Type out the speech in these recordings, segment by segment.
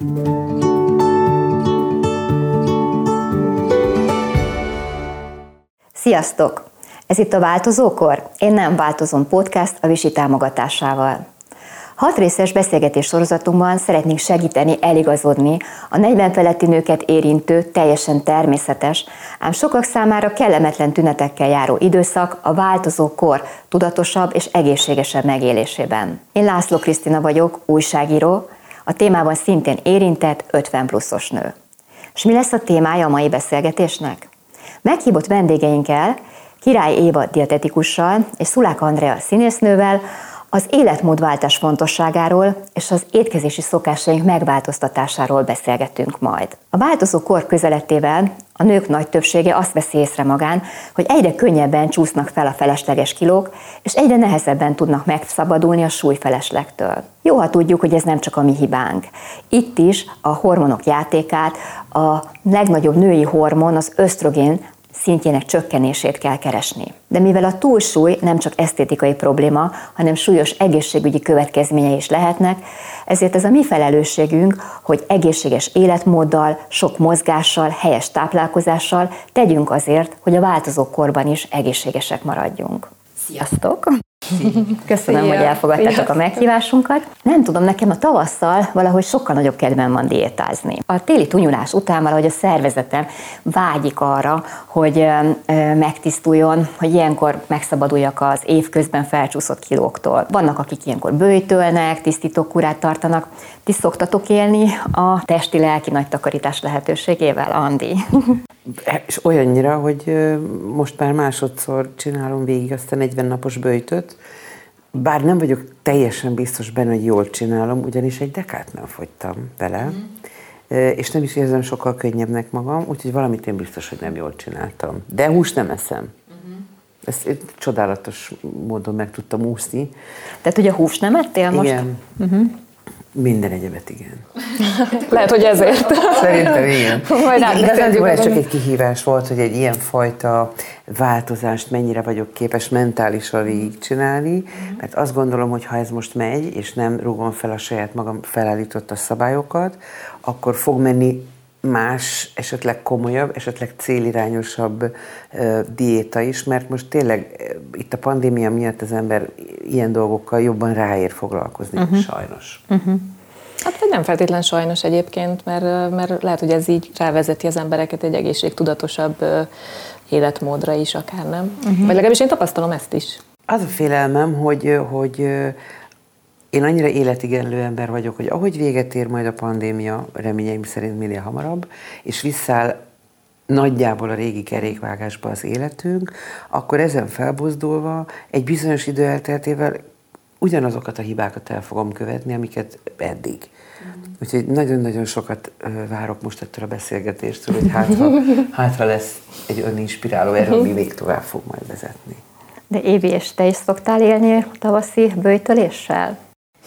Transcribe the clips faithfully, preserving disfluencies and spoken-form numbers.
Sziasztok! Ez itt a Változókor? Én nem változom podcast a Visi támogatásával. Hat részes beszélgetés sorozatunkban szeretnénk segíteni eligazodni a negyven feletti nőket érintő, teljesen természetes, ám sokak számára kellemetlen tünetekkel járó időszak a változókor tudatosabb és egészségesebb megélésében. Én László Krisztina vagyok, újságíró, a témában szintén érintett ötven pluszos nő. És mi lesz a témája a mai beszélgetésnek? Meghívott vendégeinkkel, Király Éva dietetikussal és Szulák Andrea színésznővel az életmódváltás fontosságáról és az étkezési szokásaink megváltoztatásáról beszélgetünk majd. A változó kor közelettével a nők nagy többsége azt veszi észre magán, hogy egyre könnyebben csúsznak fel a felesleges kilók, és egyre nehezebben tudnak megszabadulni a súlyfeleslegtől. Jó, ha tudjuk, hogy ez nem csak a mi hibánk. Itt is a hormonok játékát, a legnagyobb női hormon, az ösztrogén szintjének csökkenését kell keresni. De mivel a túlsúly nem csak esztétikai probléma, hanem súlyos egészségügyi következményei is lehetnek, ezért ez a mi felelősségünk, hogy egészséges életmóddal, sok mozgással, helyes táplálkozással tegyünk azért, hogy a változó korban is egészségesek maradjunk. Sziasztok! Köszönöm, Szia. hogy elfogadtátok a meghívásunkat. Nem tudom, nekem a tavasszal valahogy sokkal nagyobb kedvem van diétázni. A téli tunyulás után valahogy a szervezetem vágyik arra, hogy megtisztuljon, hogy ilyenkor megszabaduljak az évközben felcsúszott kilóktól. Vannak, akik ilyenkor böjtölnek, tisztítókurát tartanak. Ti szoktatok élni a testi-lelki nagy takarítás lehetőségével, Andi? És olyannyira, hogy most már másodszor csinálom végig azt a negyven napos böjtöt, bár nem vagyok teljesen biztos benne, hogy jól csinálom, ugyanis egy dekát nem fogytam vele, mm. és nem is érzem sokkal könnyebbnek magam, úgyhogy valamit én biztos, hogy nem jól csináltam. De húst nem eszem. Mm-hmm. Ezt csodálatos módon meg tudtam úszni. Tehát ugye húst nem ettél most? Igen. Mm-hmm. Minden egyebet, igen. Lehet, hogy ezért. Szerintem igen. igen igazán ez csak egy kihívás volt, hogy egy ilyen fajta változást mennyire vagyok képes mentálisan végigcsinálni, mert azt gondolom, hogy ha ez most megy, és nem rúgom fel a saját magam felállított a szabályokat, akkor fog menni más, esetleg komolyabb, esetleg célirányosabb uh, diéta is, mert most tényleg uh, itt a pandémia miatt az ember ilyen dolgokkal jobban ráér foglalkozni, uh-huh. sajnos. Uh-huh. Hát nem feltétlen sajnos egyébként, mert, mert lehet, hogy ez így rávezeti az embereket egy egészségtudatosabb uh, életmódra is, akár nem. Uh-huh. Vagy legalábbis én tapasztalom ezt is. Az a félelmem, hogy, hogy uh, én annyira életigenlő ember vagyok, hogy ahogy véget ér majd a pandémia, reményeim szerint minél hamarabb, és visszáll nagyjából a régi kerékvágásba az életünk, akkor ezen felbuzdulva egy bizonyos idő elteltével ugyanazokat a hibákat el fogom követni, amiket eddig. Mm. Úgyhogy nagyon-nagyon sokat várok most ettől a beszélgetéstől, hogy hátra, hátra lesz egy öninspiráló erő, ami még tovább fog majd vezetni. De Évi, és te is szoktál élni tavaszi böjtöléssel?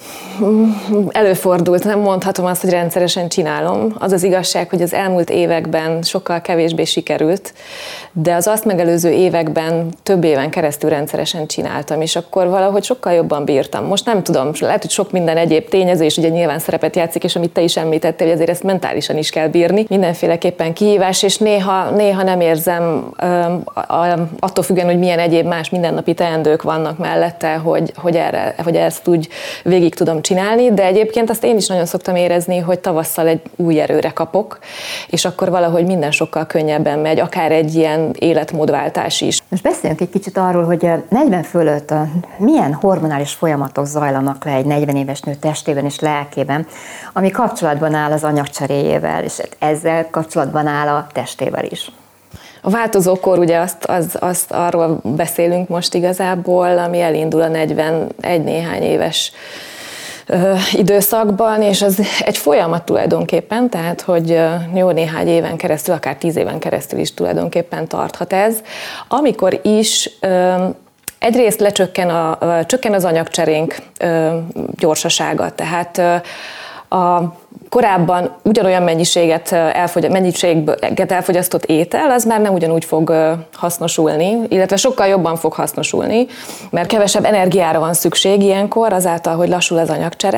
Előfordult, nem mondhatom azt, hogy rendszeresen csinálom. Az az igazság, hogy az elmúlt években sokkal kevésbé sikerült, de az azt megelőző években több éven keresztül rendszeresen csináltam, és akkor valahogy sokkal jobban bírtam. Most nem tudom, lehet, hogy sok minden egyéb tényező is ugye nyilván szerepet játszik, és amit te is említettél, hogy azért ezt mentálisan is kell bírni. Mindenféleképpen kihívás, és néha, néha nem érzem attól függően, hogy milyen egyéb más mindennapi teendők vannak mellette, hogy, hogy, erre, hogy ezt úgy végig tudom csinálni, de egyébként azt én is nagyon szoktam érezni, hogy tavasszal egy új erőre kapok, és akkor valahogy minden sokkal könnyebben megy, akár egy ilyen életmódváltás is. Most beszéljünk egy kicsit arról, hogy negyven fölött a, milyen hormonális folyamatok zajlanak le egy negyven éves nő testében és lelkében, ami kapcsolatban áll az anyagcseréjével, és ezzel kapcsolatban áll a testével is. A változókor ugye azt, az, azt arról beszélünk most igazából, ami elindul a negyvenegy néhány éves ö, időszakban, és az egy folyamat tulajdonképpen, tehát hogy jó néhány éven keresztül, akár tíz éven keresztül is tulajdonképpen tarthat ez, amikor is ö, egyrészt lecsökken a, ö, csökken az anyagcserénk ö, gyorsasága, tehát ö, a korábban ugyanolyan mennyiséget, elfogy, mennyiséget elfogyasztott étel, az már nem ugyanúgy fog hasznosulni, illetve sokkal jobban fog hasznosulni, mert kevesebb energiára van szükség ilyenkor, azáltal, hogy lassul az anyagcsere,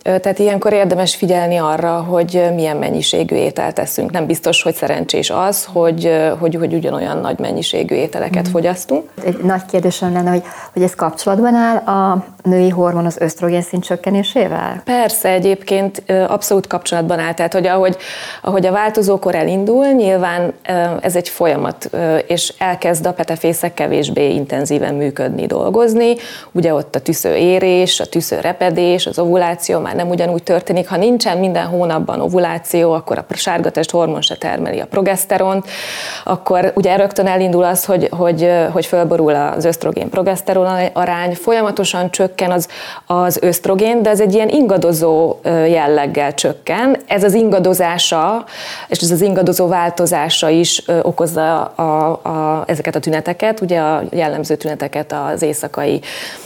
Tehát ilyenkor érdemes figyelni arra, hogy milyen mennyiségű ételt teszünk. Nem biztos, hogy szerencsés az, hogy, hogy, hogy ugyanolyan nagy mennyiségű ételeket mm. fogyasztunk. Egy nagy kérdésem lenne, hogy, hogy ez kapcsolatban áll a női hormon az ösztrogén szint csökkenésével? Persze, egyébként abszolút kapcsolatban áll. Tehát, hogy ahogy, ahogy a változókor elindul, nyilván ez egy folyamat, és elkezd a petefészek kevésbé intenzíven működni, dolgozni. Ugye ott a tüszőérés, a tüszőrepedés, az ovuláció már nem ugyanúgy történik. Ha nincsen minden hónapban ovuláció, akkor a sárgatest hormon se termeli a progeszteront, akkor ugye rögtön elindul az, hogy, hogy, hogy fölborul az ösztrogén-progeszteron arány, folyamatosan csökken az, az ösztrogén, de ez egy ilyen ingadozó jelleggel csökken. Ez az ingadozása, és ez az ingadozó változása is okozza a, a, ezeket a tüneteket, ugye a jellemző tüneteket az éjszakai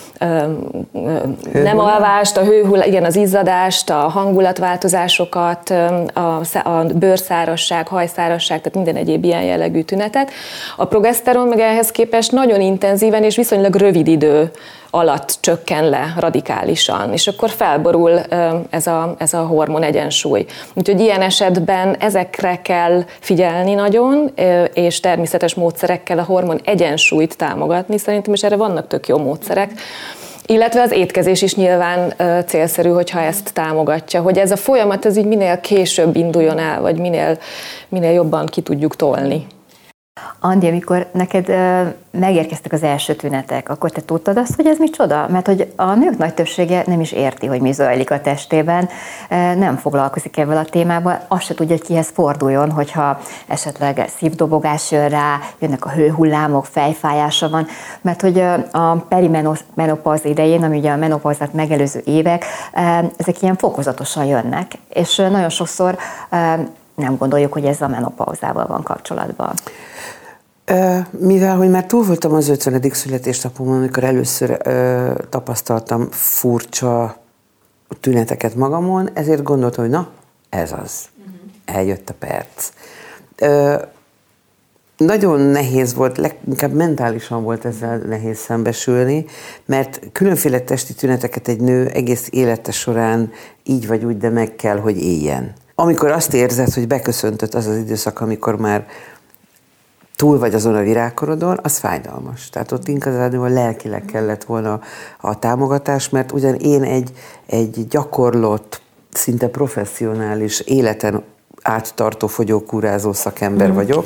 nem alvást, a hőhullá, igen, az izzadást, a hangulatváltozásokat, a, a bőrszárasság, hajszárasság, tehát minden egyéb ilyen jellegű tünetet. A progeszteron meg ehhez képest nagyon intenzíven és viszonylag rövid idő alatt csökken le radikálisan, és akkor felborul ez a, ez a hormon egyensúly. Úgyhogy ilyen esetben ezekre kell figyelni nagyon, és természetes módszerekkel a hormon egyensúlyt támogatni szerintem, és erre vannak tök jó módszerek. Illetve az étkezés is nyilván célszerű, hogyha ezt támogatja, hogy ez a folyamat ez így minél később induljon el, vagy minél, minél jobban ki tudjuk tolni. Andi, amikor neked uh, megérkeztek az első tünetek, akkor te tudtad azt, hogy ez micsoda? Mert hogy a nők nagy többsége nem is érti, hogy mi zajlik a testében, uh, nem foglalkozik ezzel a témával, azt se tudja, hogy kihez forduljon, hogyha esetleg szívdobogás jön rá, jönnek a hőhullámok, fejfájása van, mert hogy uh, a perimenopausz idején, ami ugye a menopauzát megelőző évek, uh, ezek ilyen fokozatosan jönnek, és uh, nagyon sokszor uh, nem gondoljuk, hogy ez a menopauzával van kapcsolatban. Mivel, hogy már túl voltam az ötvenedik születésnapomon, amikor először ö, tapasztaltam furcsa tüneteket magamon, ezért gondoltam, hogy na, ez az. Uh-huh. Eljött a perc. Ö, nagyon nehéz volt, leginkább mentálisan volt ezzel nehéz szembesülni, mert különféle testi tüneteket egy nő egész élete során így vagy úgy, de meg kell, hogy éljen. Amikor azt érzed, hogy beköszöntött az az időszak, amikor már túl vagy azon a virágkorodon, az fájdalmas. Tehát ott inkább lelkileg kellett volna a támogatás, mert ugyan én egy, egy gyakorlott, szinte professzionális, életen áttartó fogyókúrázó szakember vagyok,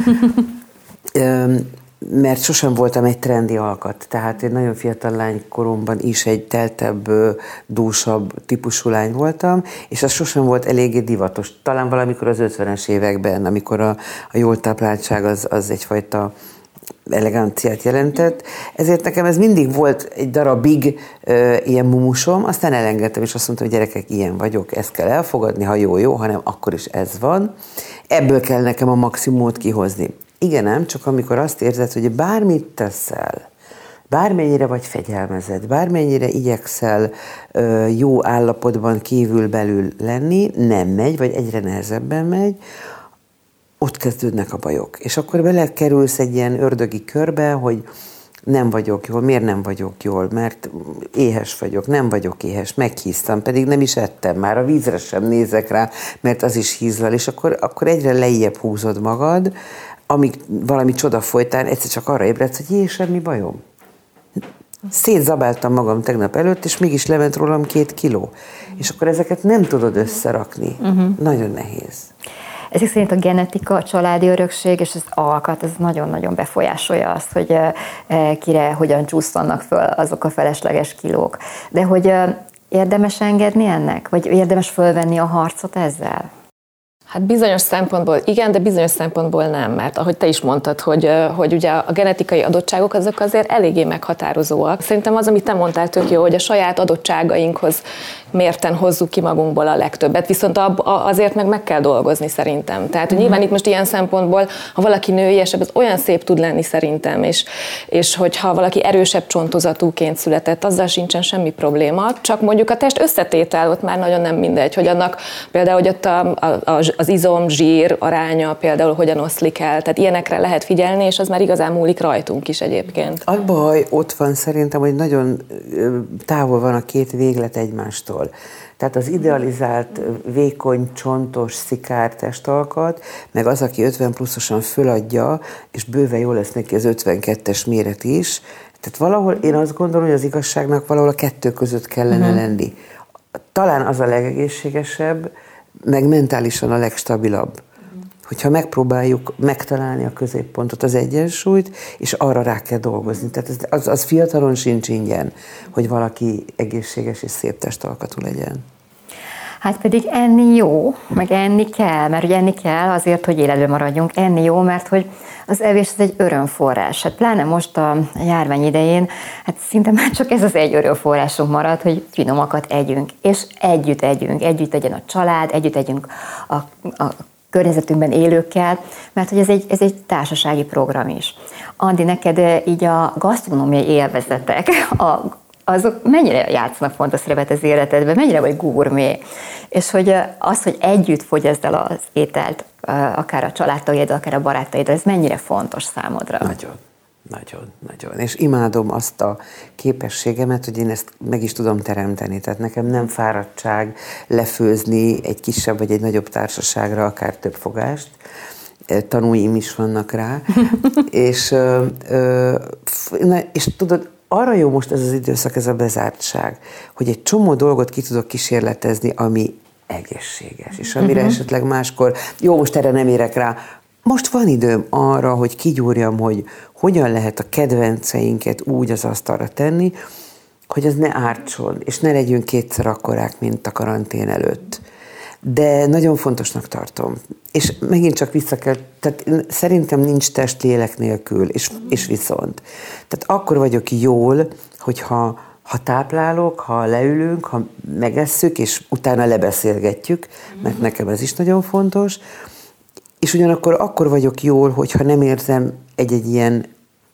mert sosem voltam egy trendi alkat. Tehát én nagyon fiatal lánykoromban is egy teltebb, dúsabb típusú lány voltam, és az sosem volt eléggé divatos. Talán valamikor az ötvenes években, amikor a, a jól tápláltság az, az egyfajta eleganciát jelentett. Ezért nekem ez mindig volt egy darabig ö, ilyen mumusom, aztán elengedtem, és azt mondtam, hogy gyerekek, ilyen vagyok, ezt kell elfogadni, ha jó, jó, hanem akkor is ez van. Ebből kell nekem a maximumot kihozni. Igen, nem, csak amikor azt érzed, hogy bármit teszel, bármennyire vagy fegyelmezed, bármennyire igyekszel ö, jó állapotban kívül-belül lenni, nem megy, vagy egyre nehezebben megy, ott kezdődnek a bajok. És akkor belekerülsz egy ilyen ördögi körbe, hogy nem vagyok jól, miért nem vagyok jól, mert éhes vagyok, nem vagyok éhes, meghíztam, pedig nem is ettem, már a vízre sem nézek rá, mert az is hízlal, és akkor, akkor egyre lejjebb húzod magad, amíg valami csoda folytán egyszer csak arra ébredsz, hogy jé, semmi bajom. Szétzabáltam magam tegnap előtt, és mégis lement rólam két kiló. És akkor ezeket nem tudod összerakni. Uh-huh. Nagyon nehéz. Ezek szerint a genetika, a családi örökség és az alkat, ez nagyon-nagyon befolyásolja azt, hogy kire hogyan csúsztanak föl azok a felesleges kilók. De hogy érdemes engedni ennek? Vagy érdemes fölvenni a harcot ezzel? Hát bizonyos szempontból igen, de bizonyos szempontból nem, mert ahogy te is mondtad, hogy, hogy ugye a genetikai adottságok azok azért eléggé meghatározóak. Szerintem az, amit te mondtál, tök jó, hogy a saját adottságainkhoz mérten hozzuk ki magunkból a legtöbbet, viszont azért meg meg kell dolgozni szerintem. Tehát hogy nyilván itt most ilyen szempontból, ha valaki nőiesebb, az olyan szép tud lenni szerintem, és, és hogyha valaki erősebb csontozatúként született, azzal sincsen semmi probléma, csak mondjuk a test összetétel ott már nagyon nem mindegy, hogy annak például, hogy ott a, a, az izom, zsír aránya például hogyan oszlik el, tehát ilyenekre lehet figyelni, és az már igazán múlik rajtunk is egyébként. A baj ott van szerintem, hogy nagyon távol van a két véglet egymástól. Tehát az idealizált, vékony, csontos, szikár testalkat, meg az, aki ötven pluszosan föladja, és bőven jó lesz neki az ötvenkettes méret is. Tehát valahol én azt gondolom, hogy az igazságnak valahol a kettő között kellene uh-huh. lenni. Talán az a legegészségesebb, meg mentálisan a legstabilabb. Uh-huh. Hogyha megpróbáljuk megtalálni a középpontot, az egyensúlyt, és arra rá kell dolgozni. Tehát az, az fiatalon sincs ingyen, hogy valaki egészséges és szép testalkatú legyen. Hát pedig enni jó, meg enni kell, mert ugye enni kell azért, hogy életben maradjunk. Enni jó, mert hogy az evés az egy örömforrás. Hát pláne most a járvány idején, hát szinte már csak ez az egy örömforrásunk marad, hogy finomakat együnk, és együtt együnk, együtt egyen a család, együtt együnk a, a környezetünkben élőkkel, mert hogy ez egy, ez egy társasági program is. Andi, neked így a gasztronómiai élvezetek, a azok mennyire játszanak fontos szerepet az életedben, mennyire vagy gurmé, és hogy az, hogy együtt fogyaszd el az ételt, akár a családtagjaiddal, akár a barátaiddal, ez mennyire fontos számodra? Nagyon, nagyon, nagyon. És imádom azt a képességemet, hogy én ezt meg is tudom teremteni. Tehát nekem nem fáradtság lefőzni egy kisebb vagy egy nagyobb társaságra, akár több fogást. Tanúim is vannak rá. és, és tudod, arra jó most ez az időszak, ez a bezártság, hogy egy csomó dolgot ki tudok kísérletezni, ami egészséges, és amire uh-huh. esetleg máskor, jó, most erre nem érek rá, most van időm arra, hogy kigyúrjam, hogy hogyan lehet a kedvenceinket úgy az asztalra tenni, hogy ez ne ártson, és ne legyünk kétszer akkorák, mint a karantén előtt. De nagyon fontosnak tartom. És megint csak vissza kell, tehát szerintem nincs test lélek nélkül, és, és viszont. Tehát akkor vagyok jól, hogyha ha táplálok, ha leülünk, ha megesszük, és utána lebeszélgetjük, mert nekem ez is nagyon fontos. És ugyanakkor akkor vagyok jól, hogyha nem érzem egy-egy ilyen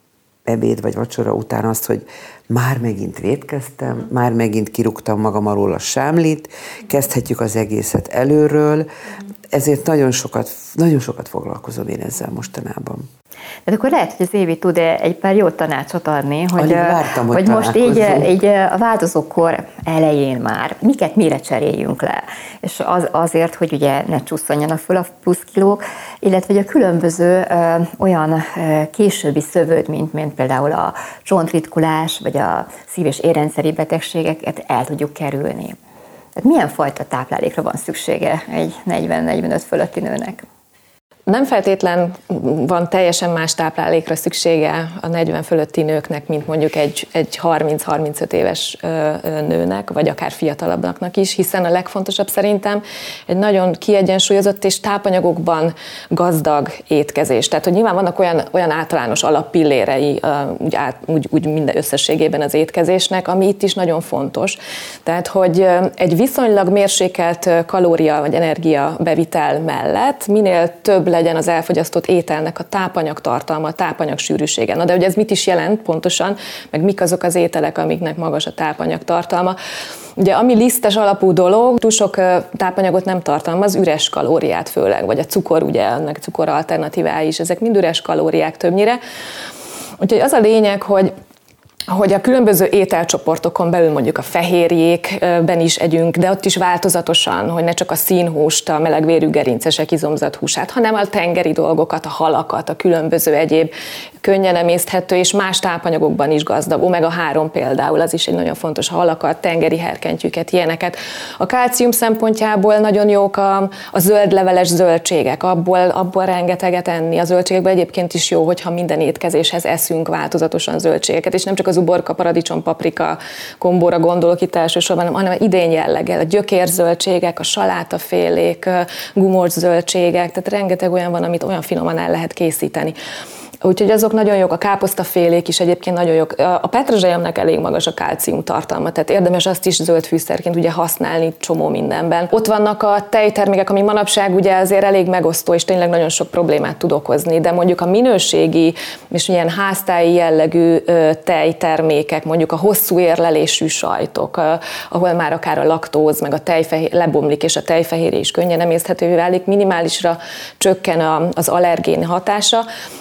ebéd vagy vacsora után azt, hogy már megint vétkeztem, már megint kirúgtam magam alól a sámlit, kezdhetjük az egészet előről, ezért nagyon sokat, nagyon sokat foglalkozom én ezzel mostanában. De akkor lehet, hogy az Évi tud egy pár jó tanácsot adni, hogy, vártam, hogy, hogy most így, így a változókor elején már miket mire cseréljünk le. És az, azért, hogy ugye ne csusszanjanak föl a plusz kilók, illetve hogy a különböző ö, olyan ö, későbbi szövőd, mint, mint például a csontritkulás, vagy a szív- és érrendszeri betegségeket el tudjuk kerülni. Tehát milyen fajta táplálékra van szüksége egy negyven-negyvenöt fölötti nőnek? Nem feltétlen van teljesen más táplálékra szüksége a negyven fölötti nőknek, mint mondjuk egy, egy harminc-harmincöt éves nőnek, vagy akár fiatalabbnak is, hiszen a legfontosabb szerintem egy nagyon kiegyensúlyozott és tápanyagokban gazdag étkezés. Tehát, hogy nyilván vannak olyan, olyan általános alappillérei úgy, át, úgy, úgy minden összességében az étkezésnek, ami itt is nagyon fontos. Tehát, hogy egy viszonylag mérsékelt kalória vagy energia bevitel mellett minél több legyen az elfogyasztott ételnek a tápanyag tartalma, a tápanyag sűrűsége. Na de hogy ez mit is jelent pontosan, meg mik azok az ételek, amiknek magas a tápanyag tartalma. Ugye ami lisztes alapú dolog, túl sok tápanyagot nem tartalmaz, üres kalóriát főleg, vagy a cukor, ugye, ennek cukor alternatívái is, ezek mind üres kalóriák többnyire. Úgyhogy az a lényeg, hogy hogy a különböző ételcsoportokon belül mondjuk a fehérjékben is együnk, de ott is változatosan, hogy ne csak a színhúst, a melegvérű gerincesek izomzathúsát, hanem a tengeri dolgokat, a halakat, a különböző egyéb könnyen emészthető és más tápanyagokban is gazdag. omega három például, az is egy nagyon fontos, halakat, tengeri herkentyűket, ilyeneket. A kálcium szempontjából nagyon jók a, a zöldleveles zöldségek, abból, abból rengeteget enni. A zöldségekből egyébként is jó, hogyha minden étkezéshez eszünk változatosan zöldségeket, és nem csak az uborka, paradicsom, paprika kombóra gondolok itt elsősorban, hanem idén jelleggel a gyökérzöldségek, a salátafélék, gumós zöldségek, tehát rengeteg olyan van, amit olyan finoman el lehet készíteni. Úgyhogy azok nagyon jók, a káposztafélék is egyébként nagyon jók. A petrezselyemnek elég magas a kálcium tartalma, tehát érdemes azt is zöld fűszerként ugye használni csomó mindenben. Ott vannak a tejtermékek, ami manapság ugye azért elég megosztó, és tényleg nagyon sok problémát tud okozni, de mondjuk a minőségi és ilyen háztáji jellegű tejtermékek, mondjuk a hosszú érlelésű sajtok, ahol már akár a laktóz, meg a tejfehér lebomlik, és a tejfehérje is könnyen emészthetővé válik, minimálisra csökken az allergén hatása, de hogy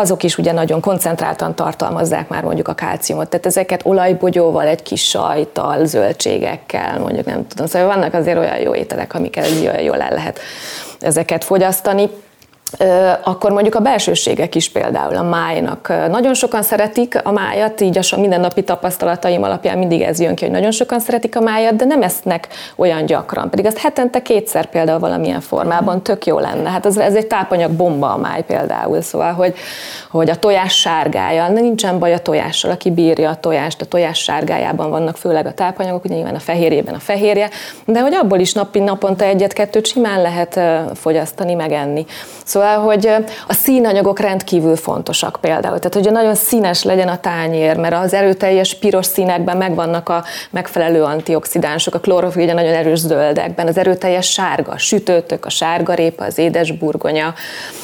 azok is ugye nagyon koncentráltan tartalmazzák már mondjuk a kálciumot, tehát ezeket olajbogyóval, egy kis sajttal, zöldségekkel, mondjuk nem tudom, szóval vannak azért olyan jó ételek, amikkel olyan jól el lehet ezeket fogyasztani. Akkor mondjuk a belsőségek is például a májnak. Nagyon sokan szeretik a májat, így a mindennapi tapasztalataim alapján mindig ez jön ki, hogy nagyon sokan szeretik a májat, de nem esznek olyan gyakran. Pedig azt hetente kétszer például valamilyen formában tök jó lenne. Hát ez, ez egy tápanyag bomba a máj például, szóval, hogy, hogy a tojás sárgája, nincsen baj a tojással, aki bírja a tojást, a tojás sárgájában vannak főleg a tápanyagok, ugye nyilván a fehérjében a fehérje, de hogy abból is napi naponta egyet-kettőt simán lehet fogyasztani, megenni. Szóval hogy a színanyagok rendkívül fontosak például, tehát hogy nagyon színes legyen a tányér, mert az erőteljes piros színekben megvannak a megfelelő antioxidánsok, a klorofil ugye nagyon erős zöldekben, az erőteljes sárga, sütőtök, a sárgarépa, az édesburgonya,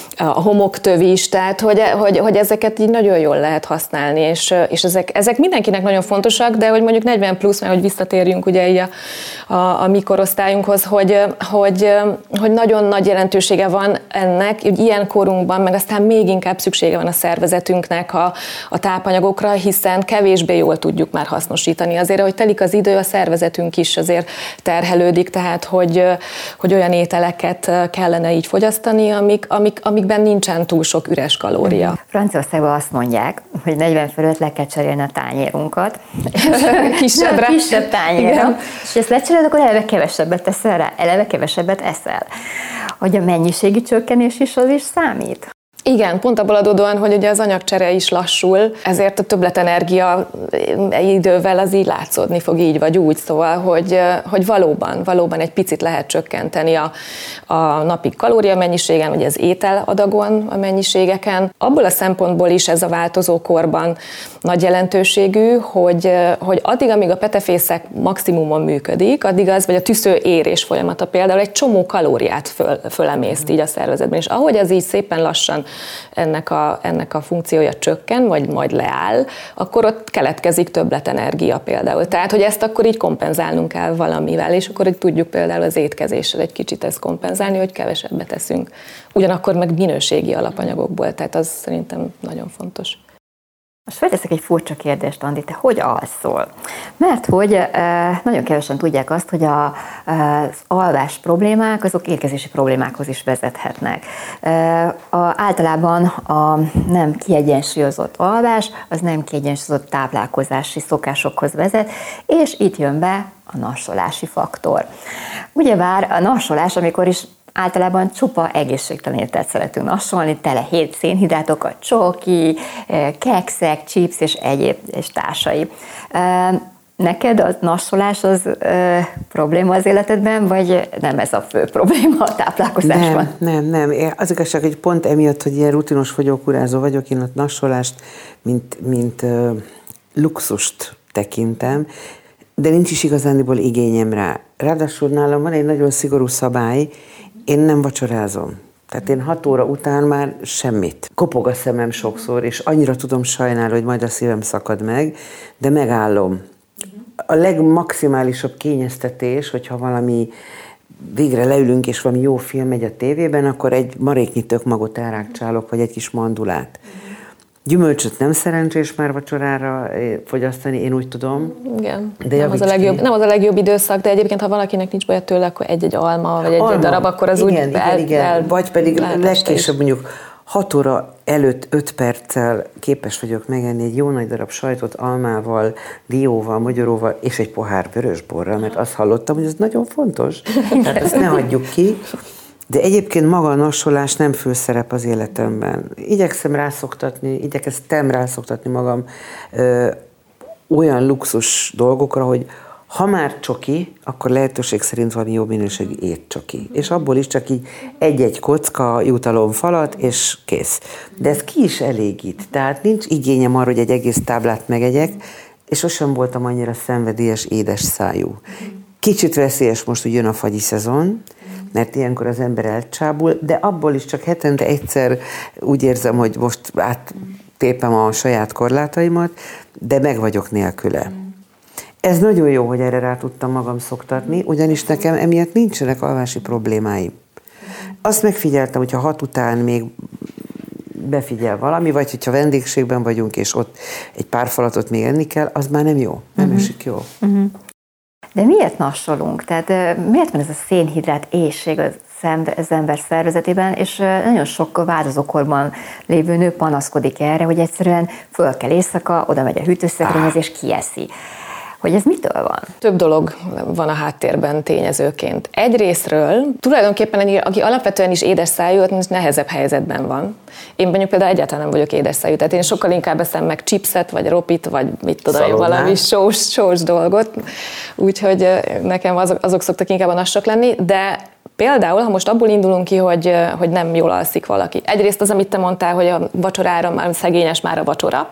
a homoktöv is, tehát hogy, hogy, hogy ezeket így nagyon jól lehet használni, és, és ezek, ezek mindenkinek nagyon fontosak, de hogy mondjuk negyven plusz, mert hogy visszatérjünk ugye így a, a, a mi korosztályunkhoz, hogy, hogy, hogy nagyon nagy jelentősége van ennek, hogy ilyen korunkban, meg aztán még inkább szüksége van a szervezetünknek a, a tápanyagokra, hiszen kevésbé jól tudjuk már hasznosítani. Azért, hogy telik az idő, a szervezetünk is azért terhelődik, tehát hogy, hogy olyan ételeket kellene így fogyasztani, amik, amik, amik ben nincsen túl sok üres kalória. Franciaországban azt mondják, hogy negyven fölött le kell cserélni a tányérunkat. Kisebbre. Kisebb tányérra. És ezt lecseréled, akkor eleve kevesebbet teszel rá, eleve kevesebbet eszel. Hogy a mennyiségi csökkenés is az is számít? Igen, pont abból adódóan, hogy ugye az anyagcsere is lassul, ezért a többletenergia idővel az így látszódni fog így vagy úgy, szóval, hogy, hogy valóban, valóban egy picit lehet csökkenteni a, a napi kalóriamennyiségen, vagy az ételadagon a mennyiségeken. Abból a szempontból is ez a változó korban nagy jelentőségű, hogy, hogy addig, amíg a petefészek maximumon működik, addig az, vagy a tüsző érés folyamata például egy csomó kalóriát föl, fölemészt így a szervezetben, és ahogy az így szépen lassan ennek a, ennek a funkciója csökken, vagy majd leáll, akkor ott keletkezik többletenergia például. Tehát, hogy ezt akkor így kompenzálnunk kell valamivel, és akkor így tudjuk például az étkezéssel egy kicsit ezt kompenzálni, hogy kevesebbet eszünk. Ugyanakkor meg minőségi alapanyagokból, tehát az szerintem nagyon fontos. Most felteszek egy furcsa kérdést, Andi, te hogy alszol? Mert hogy e, nagyon kevesen tudják azt, hogy a, az alvás problémák, azok étkezési problémákhoz is vezethetnek. E, a, általában a nem kiegyensúlyozott alvás, az nem kiegyensúlyozott táplálkozási szokásokhoz vezet, és itt jön be a nassolási faktor. Ugyebár a nassolás, amikor is általában csupa egészségtelen ételt szeretünk nassolni, tele hét szénhidrátokat, csoki, kekszek, chips és egyéb és társai. Neked a nassolás az ö, probléma az életedben, vagy nem ez a fő probléma a táplálkozásban? Nem, nem, nem. Az igazság, hogy pont emiatt, hogy ilyen rutinos fogyókúrázó vagyok, én a nassolást mint, mint ö, luxust tekintem, de nincs is igazándiból igényem rá. Ráadásul nálam van egy nagyon szigorú szabály, én nem vacsorázom. Tehát én hat óra után már semmit. Kopog a szemem sokszor, és annyira tudom sajnálni, hogy majd a szívem szakad meg, de megállom. A legmaximálisabb kényeztetés, hogyha valami végre leülünk, és valami jó film megy a tévében, akkor egy maréknyi tökmagot elrákcsálok, vagy egy kis mandulát. Gyümölcsöt nem szerencsés már vacsorára fogyasztani, én úgy tudom. Igen, de nem, az a legjobb, nem az a legjobb időszak, de egyébként, ha valakinek nincs baja tőle, akkor egy-egy alma, vagy egy-egy darab, akkor az igen, úgy igen, el, igen. el, Vagy pedig legkésőbb mondjuk hat óra előtt öt perccel képes vagyok megenni egy jó nagy darab sajtot almával, dióval, magyaróval, és egy pohár vörösborral, mert azt hallottam, hogy ez nagyon fontos. Tehát ezt ne hagyjuk ki. De egyébként maga a nassolás nem főszerep az életemben. Igyekszem rászoktatni, igyekeztem rászoktatni magam ö, olyan luxus dolgokra, hogy ha már csoki, akkor lehetőség szerint valami jó minőségű étcsoki. És abból is csak így egy-egy kocka, jutalomfalat, és kész. De ez ki is elégít. Tehát nincs igényem arra, hogy egy egész táblát megegyek, és sosem voltam annyira szenvedélyes, édes szájú. Kicsit veszélyes most, hogy jön a fagyi szezon, mert ilyenkor az ember elcsábul, de abból is csak hetente egyszer úgy érzem, hogy most áttépem a saját korlátaimat, de meg vagyok nélküle. Ez nagyon jó, hogy erre rá tudtam magam szoktatni, ugyanis nekem emiatt nincsenek alvási problémáim. Azt megfigyeltem, hogy ha hat után még befigyel valami, vagy hogyha vendégségben vagyunk, és ott egy pár falatot még enni kell, az már nem jó, nem uh-huh. esik jó. Uh-huh. De miért nassolunk? Tehát miért van ez a szénhidrát éhség az ember szervezetében, és nagyon sok változókorban lévő nő panaszkodik erre, hogy egyszerűen föl kell éjszaka, oda megy a hűtőszekrényhez, és kieszi. Hogy ez mitől van? Több dolog van a háttérben tényezőként. Egyrészről tulajdonképpen, aki alapvetően is édes szájú, ott nehezebb helyzetben van. Én mondjuk például egyáltalán nem vagyok édes szájú, tehát én sokkal inkább eszem meg chipset, vagy ropit, vagy mit tudom én, valami sós, sós dolgot. Úgyhogy nekem azok, azok szoktak inkább a nassak lenni, de például, ha most abból indulunk ki, hogy, hogy nem jól alszik valaki. Egyrészt az, amit te mondtál, hogy a vacsorára már szegényes már a vacsora,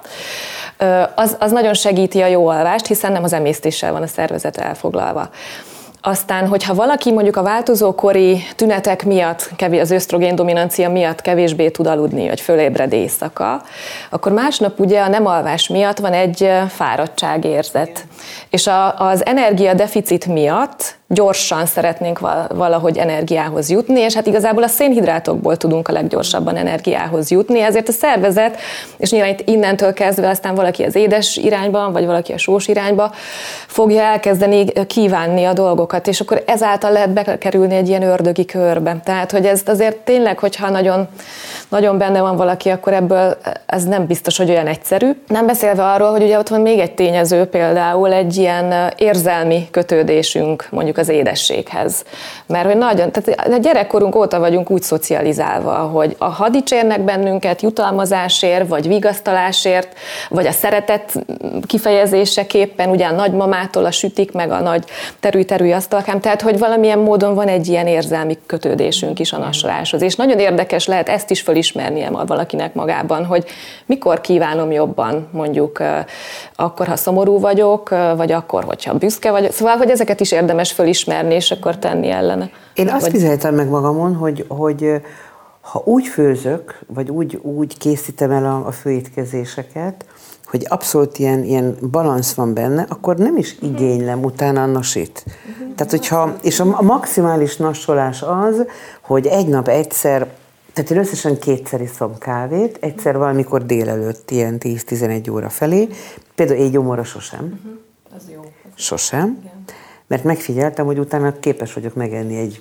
az, az nagyon segíti a jó alvást, hiszen nem az emésztéssel van a szervezet elfoglalva. Aztán, hogyha valaki mondjuk a változókori tünetek miatt, az ösztrogén dominancia miatt kevésbé tud aludni, vagy fölébred éjszaka, akkor másnap ugye a nem alvás miatt van egy fáradtságérzet. És a, az energiadeficit miatt gyorsan szeretnénk valahogy energiához jutni, és hát igazából a szénhidrátokból tudunk a leggyorsabban energiához jutni, ezért a szervezet, és nyilván itt innentől kezdve aztán valaki az édes irányba, vagy valaki a sós irányba fogja elkezdeni kívánni a dolgokat, és akkor ezáltal lehet bekerülni egy ilyen ördögi körbe. Tehát, hogy ez azért tényleg, hogyha nagyon, nagyon benne van valaki, akkor ebből ez nem biztos, hogy olyan egyszerű. Nem beszélve arról, hogy ugye ott van még egy tényező, például egy ilyen érzelmi kötődésünk, mondjuk az édességhez. Mert hogy nagyon, tehát a gyerekkorunk óta vagyunk úgy szocializálva, hogy ha dicsérnek bennünket jutalmazásért, vagy vigasztalásért, vagy a szeretet kifejezéseképpen, ugye a nagymamától a sütik, meg a nagy terű-terű asztalkám, tehát hogy valamilyen módon van egy ilyen érzelmi kötődésünk is a nassoláshoz. És nagyon érdekes lehet ezt is felismernie valakinek magában, hogy mikor kívánom jobban, mondjuk akkor, ha szomorú vagyok, vagy akkor, hogyha büszke vagyok. Szóval, hogy ezeket is érdemes felismerni, és akkor tenni ellene. Én azt figyeltem meg magamon, hogy, hogy ha úgy főzök, vagy úgy, úgy készítem el a, a főétkezéseket, hogy abszolút ilyen, ilyen balansz van benne, akkor nem is igénylem utána a nasit. Uh-huh. Tehát, hogyha, és a, a maximális nassolás az, hogy egy nap egyszer, tehát én összesen kétszer iszom kávét, egyszer valamikor délelőtt, ilyen tíz-tizenegy óra felé, például egy gyomorra sosem. Uh-huh. Az jó. Sosem. Igen. Mert megfigyeltem, hogy utána képes vagyok megenni egy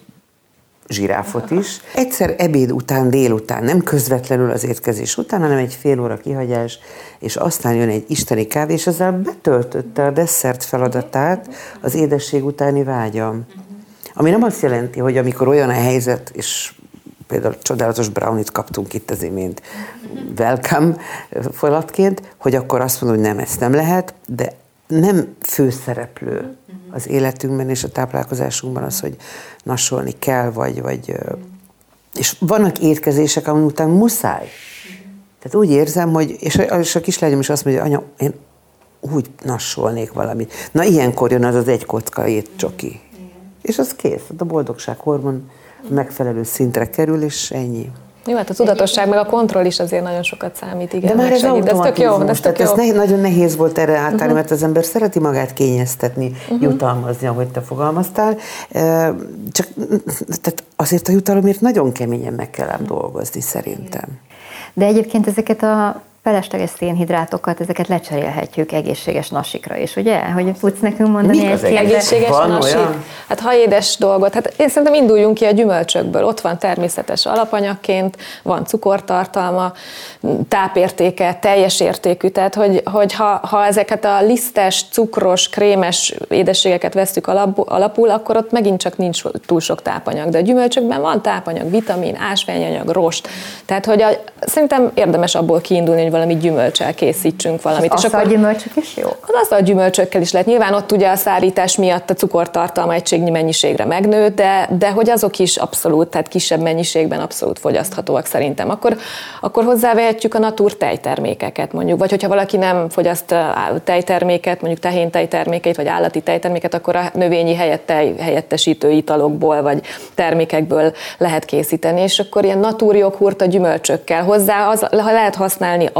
zsiráfot is. Egyszer ebéd után, délután, nem közvetlenül az étkezés után, hanem egy fél óra kihagyás, és aztán jön egy isteni kávé, és ezzel betöltötte a desszert feladatát az édesség utáni vágyam. Ami nem azt jelenti, hogy amikor olyan a helyzet, és például csodálatos brownit kaptunk itt az imént welcome falatként, hogy akkor azt mondom, hogy nem, ezt nem lehet, de nem főszereplő az életünkben és a táplálkozásunkban az, hogy nassolni kell, vagy, vagy és vannak étkezések, amin után muszáj. Tehát úgy érzem, hogy, és a, és a kislányom is azt mondja, anya, én úgy nassolnék valamit. Na ilyenkor jön az az egy kocka étcsoki. És az kész, a boldogsághormon megfelelő szintre kerül, és ennyi. Jó, hát a tudatosság meg a kontroll is azért nagyon sokat számít, igen. De már ez automatizmus, tehát ez ne, nagyon nehéz volt erre átállni, uh-huh. mert az ember szereti magát kényeztetni, uh-huh. jutalmazni, ahogy te fogalmaztál. Csak tehát azért a jutalomért nagyon keményen meg kell ám dolgozni, szerintem. De egyébként ezeket a felesleges szénhidrátokat, ezeket lecserélhetjük egészséges nasikra is, ugye? Hogy tudsz nekünk mondani mi egy egészséges nasik? Hát ha édes dolgot, hát én szerintem induljunk ki a gyümölcsökből. Ott van természetes alapanyagként, van cukortartalma, tápértéke, teljes értékű, tehát hogy, hogy ha, ha ezeket a lisztes, cukros, krémes édességeket vesztük alapul, akkor ott megint csak nincs túl sok tápanyag. De a gyümölcsökben van tápanyag, vitamin, ásványanyag, rost. Tehát, hogy a, szerintem érdemes abból kiindulni, hogy valami gyümölccsel készítsünk valamit. Az asztalgyümölcsök is jó? Az asztalgyümölcsökkel is lehet. Nyilván ott ugye a szárítás miatt a cukortartalma egységnyi mennyiségre megnő, de, de hogy azok is abszolút, tehát kisebb mennyiségben abszolút fogyaszthatóak szerintem. Akkor, akkor hozzávehetjük a natur tejtermékeket mondjuk, vagy hogyha valaki nem fogyaszt tejterméket, mondjuk tehén tejtermékeit, vagy állati tejterméket, akkor a növényi helyett tej, helyettesítő italokból, vagy termékekből lehet készíteni, és akkor ilyen natúrjoghurt a gyümölcsökkel hozzá, az, lehet használni a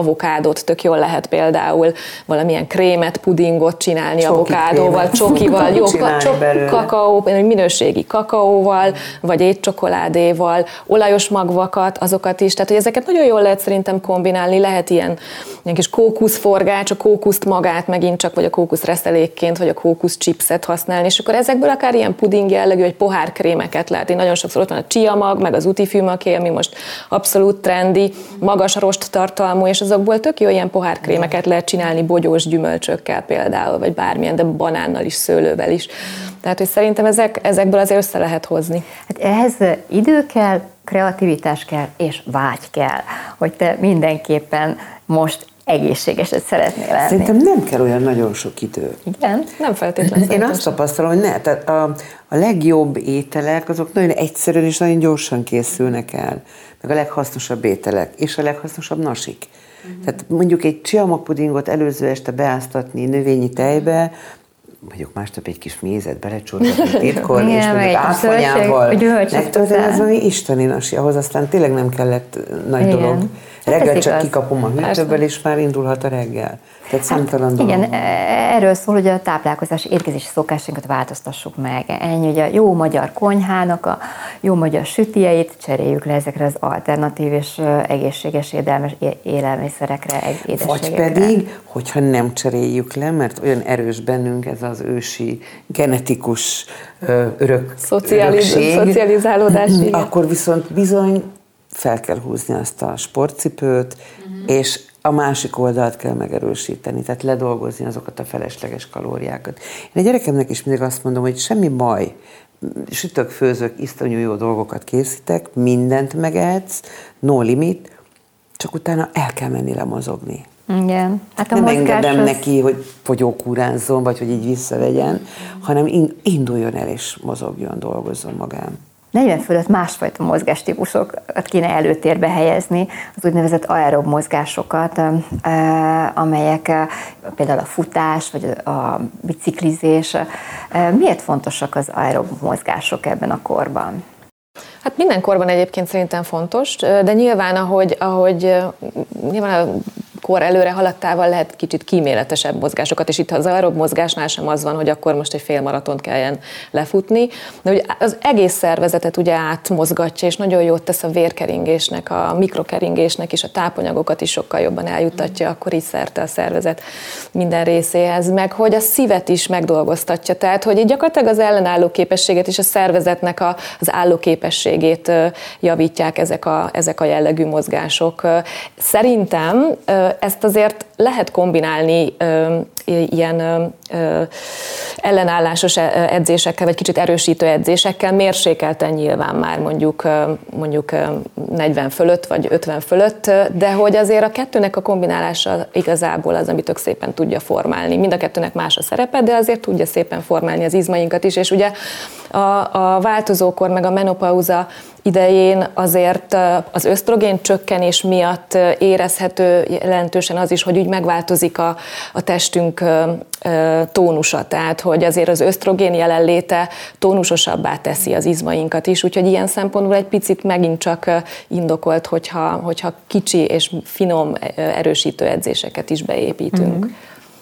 avokádót tök jól lehet például valamilyen krémet, pudingot csinálni Csoki avokádóval, csokival, jó, ka- kakaó, minőségi kakaóval, vagy étcsokoládéval, olajos magvakat, azokat is, tehát hogy ezeket nagyon jól lehet szerintem kombinálni, lehet ilyen, ilyen kis kókuszforgács, a kókuszt magát megint csak, vagy a kókusz reszelékként, vagy a kókusz chipset használni, és akkor ezekből akár ilyen puding jellegű, vagy pohárkrémeket lehet. Én nagyon sokszor ott van a chia mag, meg az utifűmaké, ami most abszolút trendi, magas rost tartalmú, és azokból tök jó ilyen pohárkrémeket lehet csinálni bogyós gyümölcsökkel például, vagy bármilyen, de banánnal is, szőlővel is. Tehát, hogy szerintem ezek, ezekből azért össze lehet hozni. Hát ehhez idő kell, kreativitás kell, és vágy kell, hogy te mindenképpen most egészségeset szeretnél lenni. Szerintem nem kell olyan nagyon sok idő. Igen? Nem feltétlenül. Én azt tapasztalom, hogy ne, tehát a, a legjobb ételek, azok nagyon egyszerűen és nagyon gyorsan készülnek el, meg a leghasznosabb ételek, és a leghasznosabb nasik. Uh-huh. Tehát mondjuk egy csiamagpudingot előző este beáztatni növényi tejbe, mondjuk másnap egy kis mézet belecsorgatni titkor, és mondjuk áfonyával megtölteni, az valami isteni nasi, ahhoz aztán tényleg nem kellett nagy igen. dolog. Reggel csak kikapom a hűtőből, és már indulhat a reggel. Tehát számtalan hát, dolog. Igen, erről szól, hogy a táplálkozási étkezési szokásainkat változtassuk meg. Ennyi, hogy a jó magyar konyhának a jó magyar sütijeit cseréljük le ezekre az alternatív és egészséges édelmes élelmiszerekre, édességekre. Vagy pedig, hogyha nem cseréljük le, mert olyan erős bennünk ez az ősi genetikus örök, Szocializ- örökség, szocializálódás, akkor viszont bizony fel kell húzni azt a sportcipőt, uh-huh. és a másik oldalt kell megerősíteni, tehát ledolgozni azokat a felesleges kalóriákat. Én a gyerekemnek is mindig azt mondom, hogy semmi baj, sütök, főzök, iszonyú jó dolgokat készítek, mindent megehetsz, no limit, csak utána el kell menni lemozogni. Igen. Hát a nem engedem az... neki, hogy fogyókúrázzon, vagy hogy így visszavegyen, hanem induljon el és mozogjon, dolgozzon magán. negyven fölött másfajta mozgástípusokat kéne előtérbe helyezni, az úgynevezett aerob mozgásokat, amelyek például a futás, vagy a biciklizés. Miért fontosak az aerob mozgások ebben a korban? Hát minden korban egyébként szerintem fontos, de nyilván, ahogy, ahogy nyilván a kor előre haladtával lehet kicsit kíméletesebb mozgásokat, és itt az aerob mozgásnál sem az van, hogy akkor most egy fél maratont kelljen lefutni, de ugye az egész szervezetet ugye átmozgatja, és nagyon jót tesz a vérkeringésnek, a mikrokeringésnek, és a tápanyagokat is sokkal jobban eljuttatja akkor így szerte a szervezet minden részéhez, meg hogy a szívet is megdolgoztatja, tehát hogy gyakorlatilag az ellenálló képességet és a szervezetnek a, az álló képességét javítják ezek a, ezek a jellegű mozgások. Szerintem ezt azért lehet kombinálni ö, ilyen ö, ellenállásos edzésekkel, vagy kicsit erősítő edzésekkel, mérsékelten nyilván már mondjuk, mondjuk negyven fölött, vagy ötven fölött, de hogy azért a kettőnek a kombinálása igazából az, amit tök szépen tudja formálni. Mind a kettőnek más a szerepe, de azért tudja szépen formálni az izmainkat is, és ugye a, a változókor, meg a menopauza idején azért az ösztrogén csökkenés miatt érezhető jelentősen az is, hogy úgy megváltozik a, a testünk tónusa, tehát hogy azért az ösztrogén jelenléte tónusosabbá teszi az izmainkat is, úgyhogy ilyen szempontból egy picit megint csak indokolt, hogyha, hogyha kicsi és finom erősítő edzéseket is beépítünk. Mm-hmm.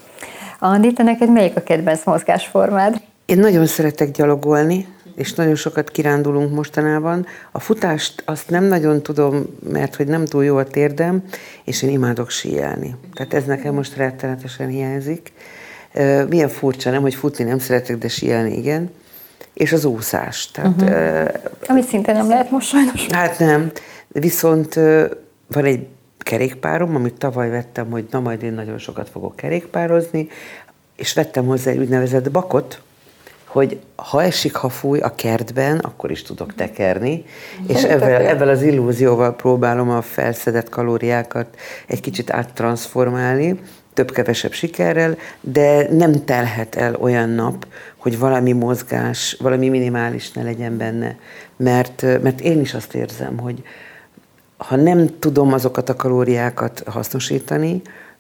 Andi, te neked melyik a kedvenc mozgásformád? Én nagyon szeretek gyalogolni, és nagyon sokat kirándulunk mostanában. A futást azt nem nagyon tudom, mert hogy nem túl jó a térdem, és én imádok síelni. Tehát ez nekem most rettenetesen hiányzik. Milyen furcsa, nem, hogy futni nem szeretek, de síelni igen. És az úszás. Tehát, uh-huh. Amit szinte nem lehet most sajnos. Hát nem. Viszont van egy kerékpárom, amit tavaly vettem, hogy na majd én nagyon sokat fogok kerékpározni, és vettem hozzá egy úgynevezett bakot, hogy ha esik, ha fúj a kertben, akkor is tudok tekerni, és ebben, ebben az illúzióval próbálom a felszedett kalóriákat egy kicsit áttranszformálni, több-kevesebb sikerrel, de nem telhet el olyan nap, hogy valami mozgás, valami minimális ne legyen benne, mert, mert én is azt érzem, hogy ha nem tudom azokat a kalóriákat hasznosítani,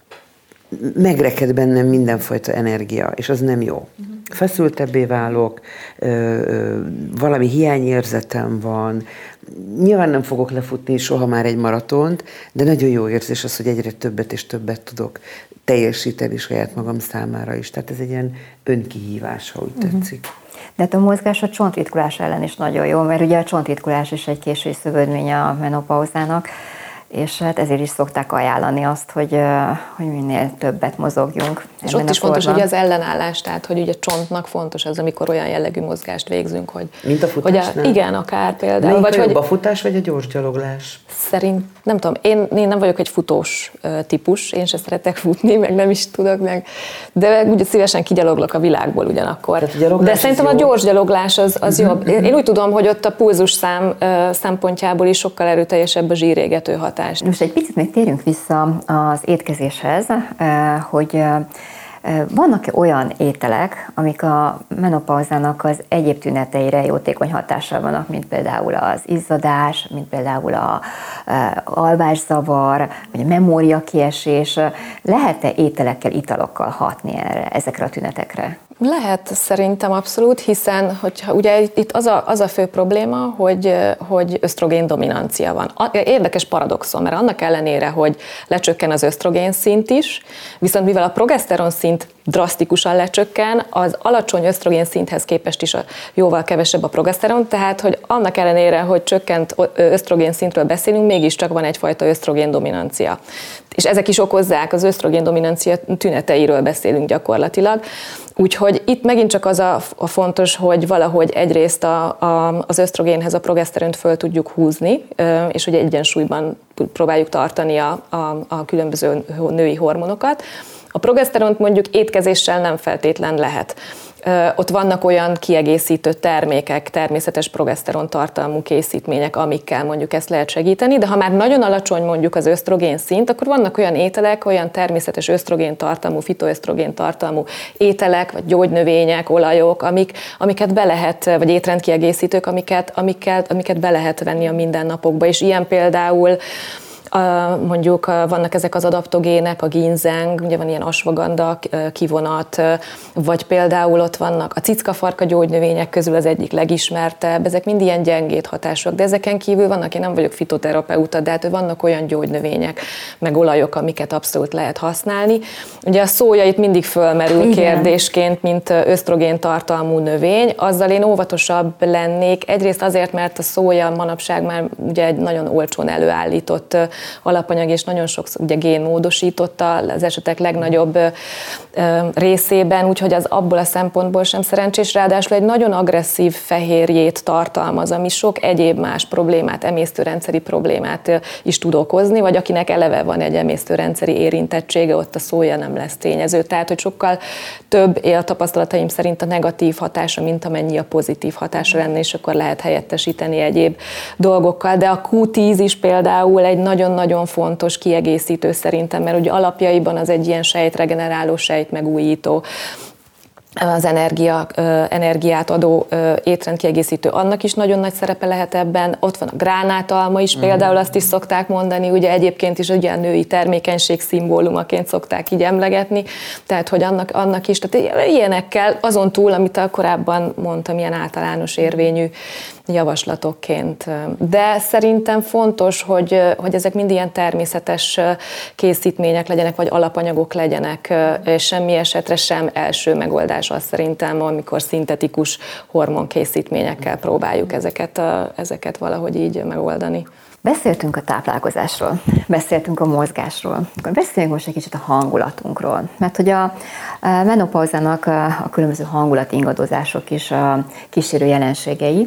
megreked bennem mindenfajta energia, és az nem jó. Feszültebbé válok, valami hiányérzetem van, Nyilván nem fogok lefutni soha már egy maratont, de nagyon jó érzés az, hogy egyre többet és többet tudok teljesíteni saját magam számára is. Tehát ez egy ilyen önkihívás, ha úgy tetszik. De hát a mozgás a csontritkulás ellen is nagyon jó, mert ugye a csontritkulás is egy késői szövődménye a menopauzának, és hát ezért is szokták ajánlani azt, hogy, hogy minél többet mozogjunk. És ott is fontos, hogy az ellenállás, tehát hogy ugye a csontnak fontos az, amikor olyan jellegű mozgást végzünk, hogy... Mint a futás, hogy a, igen, akár például. Vagy hogy, a futás, vagy a gyors gyaloglás? Szerint, nem tudom, én, én nem vagyok egy futós típus, én sem szeretek futni, meg nem is tudok, meg, de ugye szívesen kigyaloglok a világból ugyanakkor. De szerintem jó. A gyors gyaloglás az, az uh-huh. jobb. Én úgy tudom, hogy ott a pulzusszám szempontjából is sokkal erőteljesebb a zsírégető hatás. Most egy picit még térjünk vissza az étkezéshez, hogy vannak olyan ételek, amik a menopauzának az egyéb tüneteire jótékony hatással vannak, mint például az izzadás, mint például a alvászavar, vagy a memóriakiesés. Lehet-e ételekkel, italokkal hatni erre, ezekre a tünetekre? Lehet szerintem abszolút, hiszen hogyha, ugye itt az a, az a fő probléma, hogy, hogy ösztrogén dominancia van. Érdekes paradoxon, mert annak ellenére, hogy lecsökken az ösztrogén szint is, viszont mivel a progeszteron szint drasztikusan lecsökken, az alacsony ösztrogén szinthez képest is a, jóval kevesebb a progeszteron, tehát hogy annak ellenére, hogy csökkent ösztrogén szintről beszélünk, mégiscsak van egyfajta ösztrogén dominancia. És ezek is okozzák, az ösztrogén dominancia tüneteiről beszélünk gyakorlatilag. Úgyhogy itt megint csak az a, a fontos, hogy valahogy egyrészt a, a, az ösztrogénhez a progeszteront föl tudjuk húzni, és hogy egyensúlyban próbáljuk tartani a, a, a különböző női hormonokat. A progeszteront mondjuk étkezéssel nem feltétlen lehet. Ott vannak olyan kiegészítő termékek, természetes progeszteron tartalmú készítmények, amikkel mondjuk ezt lehet segíteni, de ha már nagyon alacsony mondjuk az ösztrogén szint, akkor vannak olyan ételek, olyan természetes ösztrogén tartalmú, fitoösztrogén tartalmú ételek, vagy gyógynövények, olajok, amik, amiket be lehet, vagy étrendkiegészítők, amiket, amiket, amiket be lehet venni a mindennapokba, és ilyen például mondjuk vannak ezek az adaptogének, a ginzeng, ugye van ilyen asvaganda kivonat, vagy például ott vannak a cickafarka gyógynövények közül az egyik legismertebb, ezek mind ilyen gyengéd hatások, de ezeken kívül vannak, én nem vagyok fitoterapeuta, de hát vannak olyan gyógynövények, meg olajok, amiket abszolút lehet használni. Ugye a szója itt mindig fölmerül Igen. kérdésként, mint ösztrogén tartalmú növény, azzal én óvatosabb lennék, egyrészt azért, mert a szója manapság már ugye egy nagyon olcsón előállított alapanyag, és nagyon sokszor ugye génmódosította az esetek legnagyobb részében, úgyhogy az abból a szempontból sem szerencsés, ráadásul egy nagyon agresszív fehérjét tartalmaz, ami sok egyéb más problémát, emésztőrendszeri problémát is tud okozni, vagy akinek eleve van egy emésztőrendszeri érintettsége, ott a szója nem lesz tényező. Tehát, hogy sokkal több éltapasztalataim szerint a negatív hatása, mint amennyi a pozitív hatása lenne, és akkor lehet helyettesíteni egyéb dolgokkal. De a kú tíz is például egy nagyon-nagyon fontos kiegészítő szerintem, mert ugye alapjaiban az egy ilyen sejtregeneráló, sejtmegújító, az energia, energiát adó étrendkiegészítő, annak is nagyon nagy szerepe lehet ebben. Ott van a gránátalma is, például azt is szokták mondani, ugye egyébként is ugye a női termékenység szimbólumaként szokták így emlegetni, tehát hogy annak, annak is, tehát ilyenekkel, azon túl, amit korábban mondtam, ilyen általános érvényű javaslatokként. De szerintem fontos, hogy, hogy ezek mind ilyen természetes készítmények legyenek, vagy alapanyagok legyenek, és semmi esetre sem első megoldás az szerintem, amikor szintetikus hormonkészítményekkel próbáljuk ezeket, ezeket valahogy így megoldani. Beszéltünk a táplálkozásról, beszéltünk a mozgásról, akkor beszéljünk most egy kicsit a hangulatunkról, mert hogy a menopauzának a különböző hangulatingadozások is a kísérő jelenségei,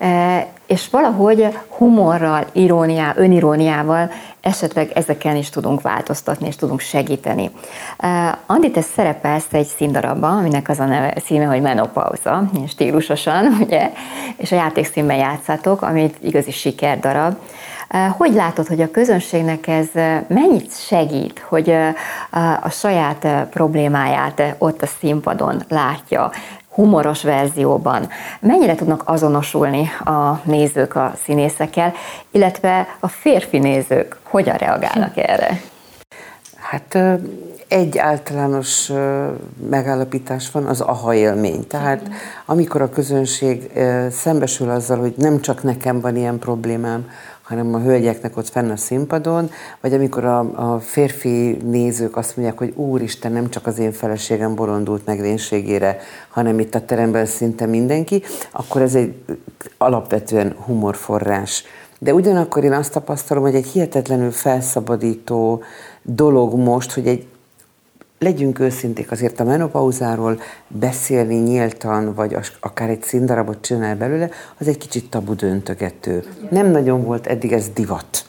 és valahogy humorral, iróniá, öniróniával esetleg ezeken is tudunk változtatni, és tudunk segíteni. Andi, te szerepelsz egy színdarabban, aminek az a neve, címe, hogy Menopauza, stílusosan, ugye, és a játékszínben játszátok, ami egy igazi sikerdarab. Hogy látod, hogy a közönségnek ez mennyit segít, hogy a saját problémáját ott a színpadon látja, humoros verzióban? Mennyire tudnak azonosulni a nézők a színészekkel, illetve a férfi nézők hogyan reagálnak erre? Hát egy általános megállapítás van, az aha élmény. Tehát amikor a közönség szembesül azzal, hogy nem csak nekem van ilyen problémám, hanem a hölgyeknek ott fenn a színpadon, vagy amikor a, a férfi nézők azt mondják, hogy úristen, nem csak az én feleségem bolondult meg vénségére, hanem itt a teremben szinte mindenki, akkor ez egy alapvetően humorforrás. De ugyanakkor én azt tapasztalom, hogy egy hihetetlenül felszabadító dolog most, hogy egy legyünk őszinték, azért a menopauzáról beszélni nyíltan, vagy akár egy színdarabot csinál belőle, az egy kicsit tabu döntögető. Nem nagyon volt eddig ez divat.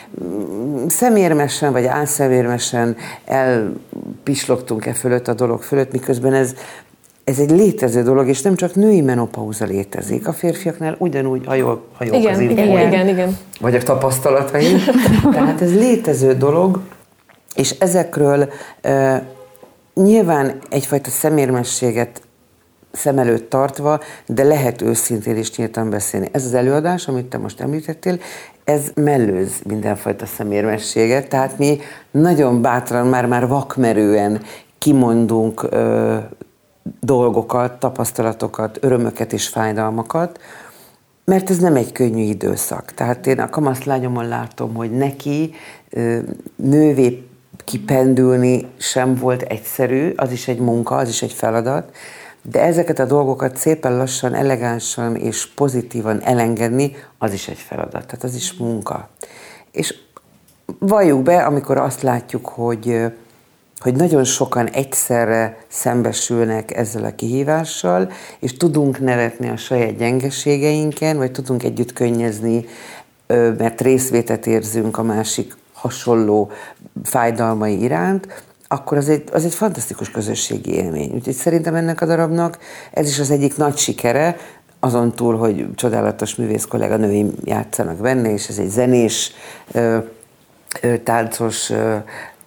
Szemérmesen, vagy álszemérmesen elpislogtunk e fölött a dolog fölött, miközben ez, ez egy létező dolog, és nem csak női menopauza létezik. A férfiaknál ugyanúgy, ha jól, ha jól igen, az igen, igen, igen, igen. vagy a tapasztalataim. Tehát ez létező dolog, és ezekről uh, nyilván egyfajta szemérmességet szem előtt tartva, de lehet őszintén és nyíltan beszélni. Ez az előadás, amit te most említettél, ez mellőz mindenfajta szemérmességet, tehát mi nagyon bátran, már-már vakmerően kimondunk ö, dolgokat, tapasztalatokat, örömöket és fájdalmakat, mert ez nem egy könnyű időszak. Tehát én a kamaszlányomon látom, hogy neki ö, nővé kipendülni sem volt egyszerű, az is egy munka, az is egy feladat, de ezeket a dolgokat szépen lassan, elegánsan és pozitívan elengedni, az is egy feladat, tehát az is munka. És valljuk be, amikor azt látjuk, hogy, hogy nagyon sokan egyszerre szembesülnek ezzel a kihívással, és tudunk nevetni a saját gyengeségeinken, vagy tudunk együtt könnyezni, mert részvétet érzünk a másik hasonló fájdalmai iránt, akkor az egy, az egy fantasztikus közösségi élmény. Úgyhogy szerintem ennek a darabnak ez is az egyik nagy sikere, azon túl, hogy csodálatos művész kolléganőim játszanak benne, és ez egy zenés, ö, ö, táncos, ö,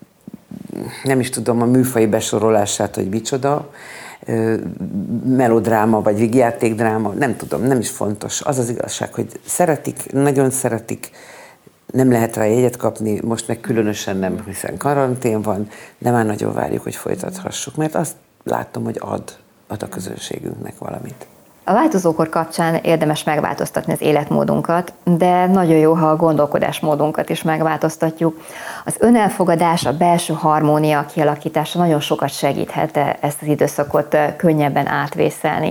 nem is tudom a műfai besorolását, hogy micsoda, ö, melodráma, vagy vígjátékdráma, nem tudom, nem is fontos. Az az igazság, hogy szeretik, nagyon szeretik, nem lehet rá jegyet kapni, most meg különösen nem, hiszen karantén van, de már nagyon várjuk, hogy folytathassuk, mert azt látom, hogy ad, ad a közönségünknek valamit. A változókor kapcsán érdemes megváltoztatni az életmódunkat, de nagyon jó, ha a gondolkodásmódunkat is megváltoztatjuk. Az önelfogadás, a belső harmónia kialakítása nagyon sokat segíthet ezt az időszakot könnyebben átvészelni.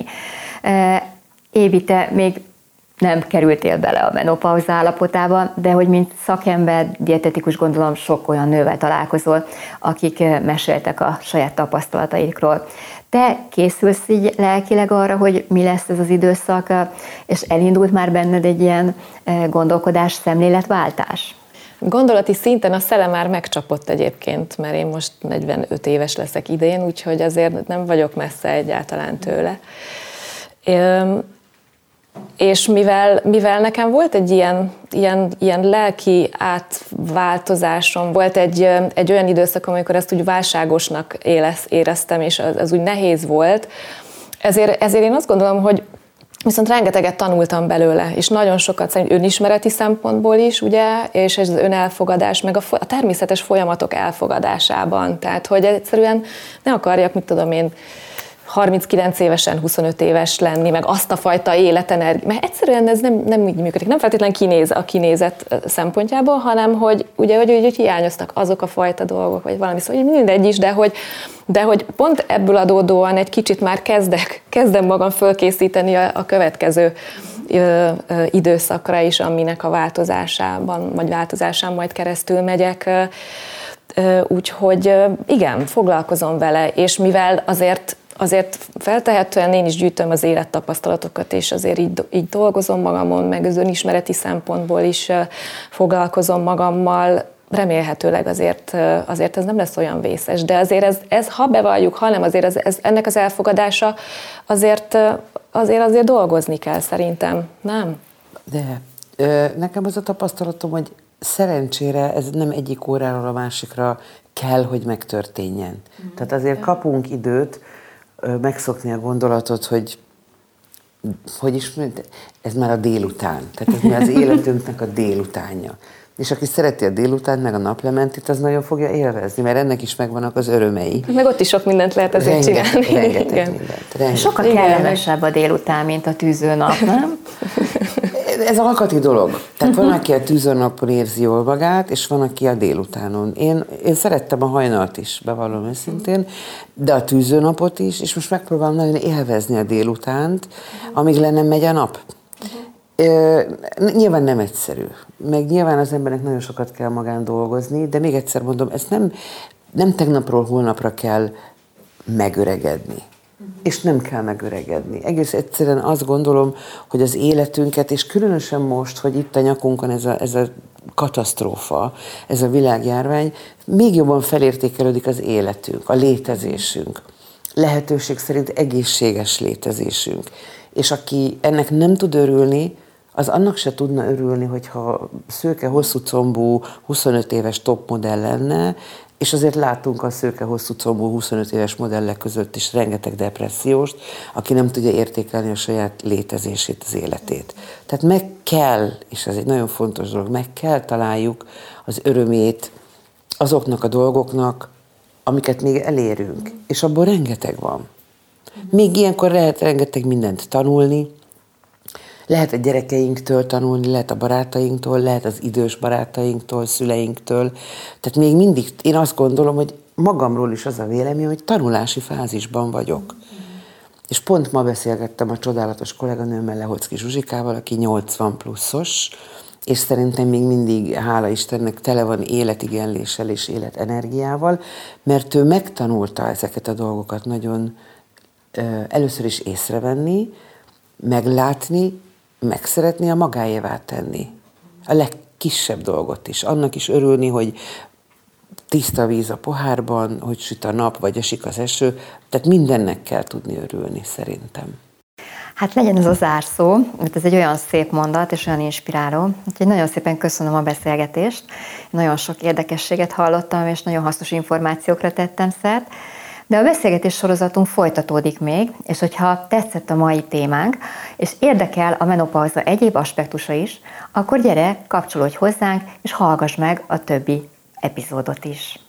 Évi, te még nem kerültél bele a menopauza állapotába, de hogy mint szakember, dietetikus, gondolom sok olyan nővel találkozol, akik meséltek a saját tapasztalataikról. Te készülsz így lelkileg arra, hogy mi lesz ez az időszak, és elindult már benned egy ilyen gondolkodás, szemléletváltás? Gondolati szinten a szele már megcsapott egyébként, mert én most negyvenöt éves leszek idén, úgyhogy azért nem vagyok messze egyáltalán tőle. És mivel, mivel nekem volt egy ilyen, ilyen, ilyen lelki átváltozásom, volt egy, egy olyan időszak, amikor ezt úgy válságosnak élesz, éreztem, és az, az úgy nehéz volt, ezért, ezért én azt gondolom, hogy viszont rengeteget tanultam belőle, és nagyon sokat szerintem önismereti szempontból is, ugye, és az önelfogadás, meg a, a természetes folyamatok elfogadásában. Tehát, hogy egyszerűen ne akarjak, mit tudom én, harminckilenc évesen, huszonöt éves lenni, meg azt a fajta életenergiát, mert egyszerűen ez nem, nem úgy működik, nem feltétlenül kinéz, a kinézet szempontjából, hanem hogy ugye, hogy, hogy hiányoztak azok a fajta dolgok, vagy valami, szóval mindegy is, de hogy, de hogy pont ebből adódóan egy kicsit már kezdek, kezdem magam fölkészíteni a, a következő ö, ö, időszakra is, aminek a változásában, vagy változásán majd keresztül megyek. Úgyhogy igen, foglalkozom vele, és mivel azért Azért feltehetően én is gyűjtöm az élettapasztalatokat, és azért így, így dolgozom magamon, meg az önismereti szempontból is foglalkozom magammal. Remélhetőleg azért, azért ez nem lesz olyan vészes, de azért ez, ez ha bevalljuk, ha nem, azért ez, ez, ennek az elfogadása azért, azért azért dolgozni kell szerintem, nem? De nekem az a tapasztalatom, hogy szerencsére ez nem egyik óráról a másikra kell, hogy megtörténjen. Mm. Tehát azért kapunk időt megszokni a gondolatot, hogy hogy is, ez már a délután. Tehát ez már az életünknek a délutánja. És aki szereti a délutánt, meg a naplementit, az nagyon fogja élvezni, mert ennek is megvannak az örömei. Meg ott is sok mindent lehet ezért rengeteg, csinálni. Rengeteg Igen. mindent. Rengeteg. Sokkal kellemesebb a délután, mint a tűzőnap, nem? Ez alkati dolog. Tehát van, aki a tűzőnapon érzi jól magát, és van, aki a délutánon. Én, én szerettem a hajnalt is, bevallom őszintén, de a tűzőnapot is, és most megpróbálom nagyon élvezni a délutánt, amíg le nem megy a nap. Uh, nyilván nem egyszerű, meg nyilván az embernek nagyon sokat kell magán dolgozni, de még egyszer mondom, ezt nem, nem tegnapról holnapra kell megöregedni. Uh-huh. És nem kell megöregedni. Egész egyszerűen azt gondolom, hogy az életünket, és különösen most, hogy itt a nyakunkon ez a, ez a katasztrófa, ez a világjárvány, még jobban felértékelődik az életünk, a létezésünk, lehetőség szerint egészséges létezésünk. És aki ennek nem tud örülni, az annak se tudna örülni, hogyha szőke, hosszú combú, huszonöt éves topmodell lenne, és azért látunk a szőke, hosszú combú, huszonöt éves modellek között is rengeteg depresszióst, aki nem tudja értékelni a saját létezését, az életét. Tehát meg kell, és ez egy nagyon fontos dolog, meg kell találjuk az örömét azoknak a dolgoknak, amiket még elérünk, és abból rengeteg van. Még ilyenkor lehet rengeteg mindent tanulni, lehet a gyerekeinktől tanulni, lehet a barátainktól, lehet az idős barátainktól, szüleinktől. Tehát még mindig, én azt gondolom, hogy magamról is az a vélemény, hogy tanulási fázisban vagyok. Mm. És pont ma beszélgettem a csodálatos kolléganőmmel, Lehocki Zsuzsikával, aki nyolcvan pluszos, és szerintem még mindig, hála Istennek, tele van életigenléssel és életenergiával, mert ő megtanulta ezeket a dolgokat nagyon először is észrevenni, meglátni, megszeretni, a magáévá tenni. A legkisebb dolgot is. Annak is örülni, hogy tiszta víz a pohárban, hogy süt a nap, vagy esik az eső. Tehát mindennek kell tudni örülni, szerintem. Hát legyen ez a zárszó, mert ez egy olyan szép mondat, és olyan inspiráló. Úgyhogy nagyon szépen köszönöm a beszélgetést. Nagyon sok érdekességet hallottam, és nagyon hasznos információkra tettem szert. De a beszélgetés sorozatunk folytatódik még, és hogyha tetszett a mai témánk, és érdekel a menopauza egyéb aspektusa is, akkor gyere, kapcsolódj hozzánk, és hallgass meg a többi epizódot is.